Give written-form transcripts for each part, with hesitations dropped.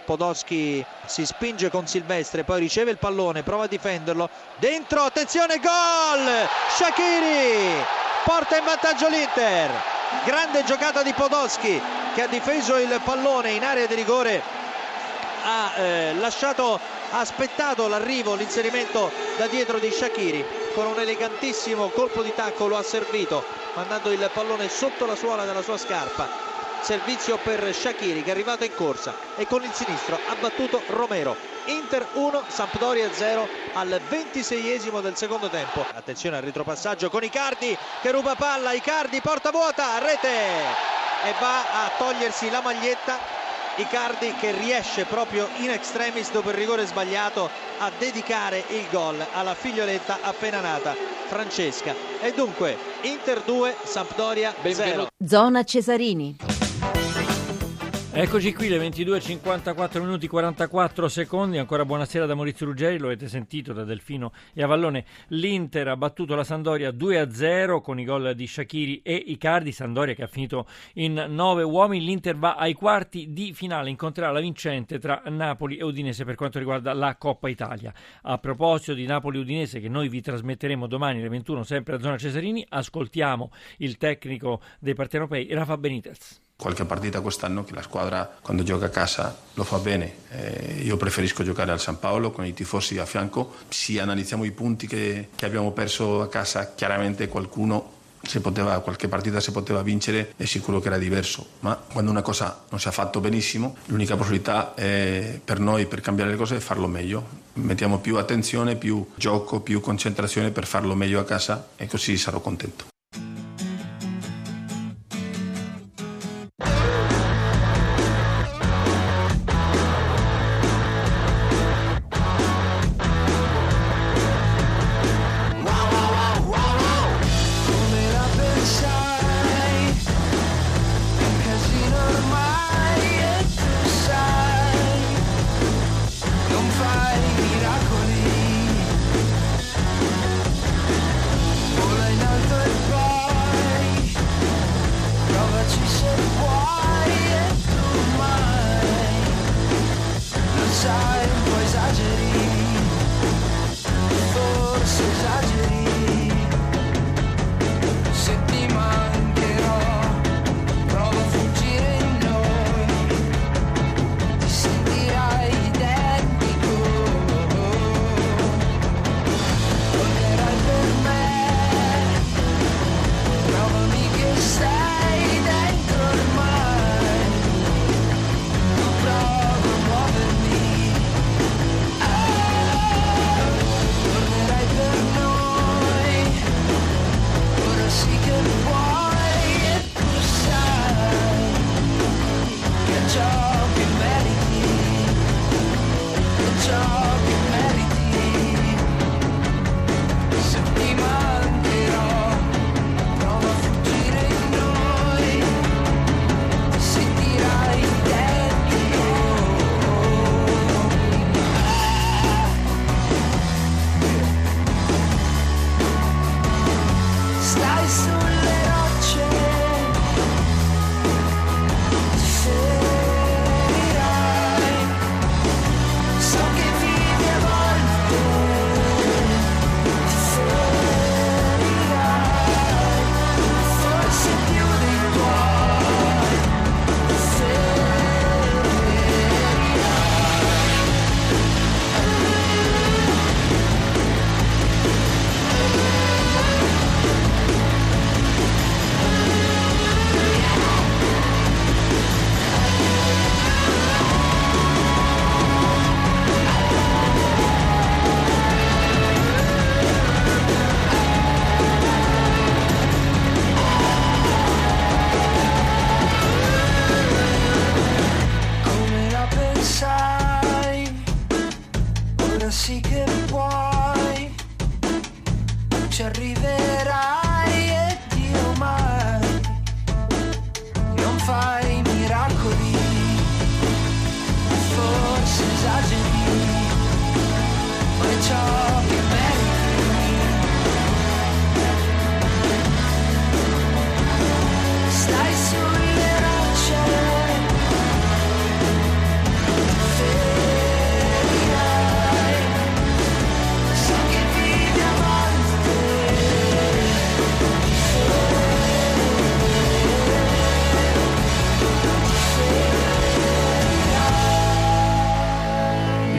Podolski si spinge con Silvestre, poi riceve il pallone, prova a difenderlo, dentro, attenzione, gol! Shaqiri porta in vantaggio l'Inter. Grande giocata di Podolski che ha difeso il pallone in area di rigore, ha aspettato l'arrivo, l'inserimento da dietro di Shaqiri, con un elegantissimo colpo di tacco lo ha servito, mandando il pallone sotto la suola della sua scarpa. Servizio per Shaqiri che è arrivato in corsa e con il sinistro ha battuto Romero. Inter 1, Sampdoria 0 al 26esimo del secondo tempo. Attenzione al retropassaggio con Icardi che ruba palla, Icardi porta vuota, rete e va a togliersi la maglietta. Icardi che riesce proprio in extremis dopo il rigore sbagliato a dedicare il gol alla figlioletta appena nata, Francesca. E dunque Inter 2, Sampdoria 0. Zona Cesarini. Eccoci qui, le 22:54 minuti 44 secondi. Ancora buonasera da Maurizio Ruggeri, lo avete sentito da Delfino e Avallone. L'Inter ha battuto la Sampdoria 2-0 con i gol di Shaqiri e Icardi. Sampdoria che ha finito in 9 uomini. L'Inter va ai quarti di finale, incontrerà la vincente tra Napoli e Udinese per quanto riguarda la Coppa Italia. A proposito di Napoli-Udinese, che noi vi trasmetteremo domani alle 21 sempre a Zona Cesarini, ascoltiamo il tecnico dei partenopei, Rafa Benitez. Qualche partita quest'anno che la squadra quando gioca a casa lo fa bene, io preferisco giocare al San Paolo con i tifosi a fianco. Se analizziamo i punti che abbiamo perso a casa, chiaramente qualche partita si poteva vincere, è sicuro che era diverso, ma quando una cosa non si è fatto benissimo, l'unica possibilità per noi per cambiare le cose è farlo meglio. Mettiamo più attenzione, più gioco, più concentrazione per farlo meglio a casa e così sarò contento.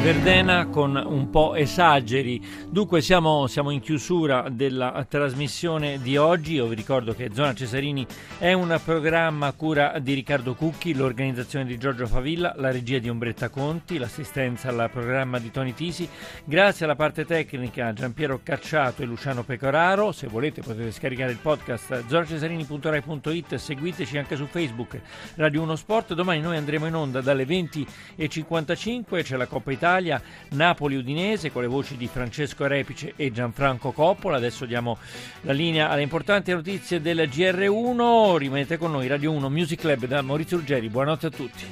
Verdena con un po' esageri. Dunque siamo in chiusura della trasmissione di oggi. Io vi ricordo che Zona Cesarini è un programma a cura di Riccardo Cucchi, l'organizzazione di Giorgio Favilla, la regia di Ombretta Conti, l'assistenza al programma di Toni Tisi. Grazie alla parte tecnica Giampiero Cacciato e Luciano Pecoraro. Se volete potete scaricare il podcast zonacesarini.rai.it, seguiteci anche su Facebook Radio 1 Sport. Domani noi andremo in onda dalle 20:55, c'è la Coppa Italia, Napoli-Udinese con le voci di Francesco Repice e Gianfranco Coppola. Adesso diamo la linea alle importanti notizie del GR1. Rimanete con noi, Radio 1 Music Club da Maurizio Ruggeri. Buonanotte a tutti.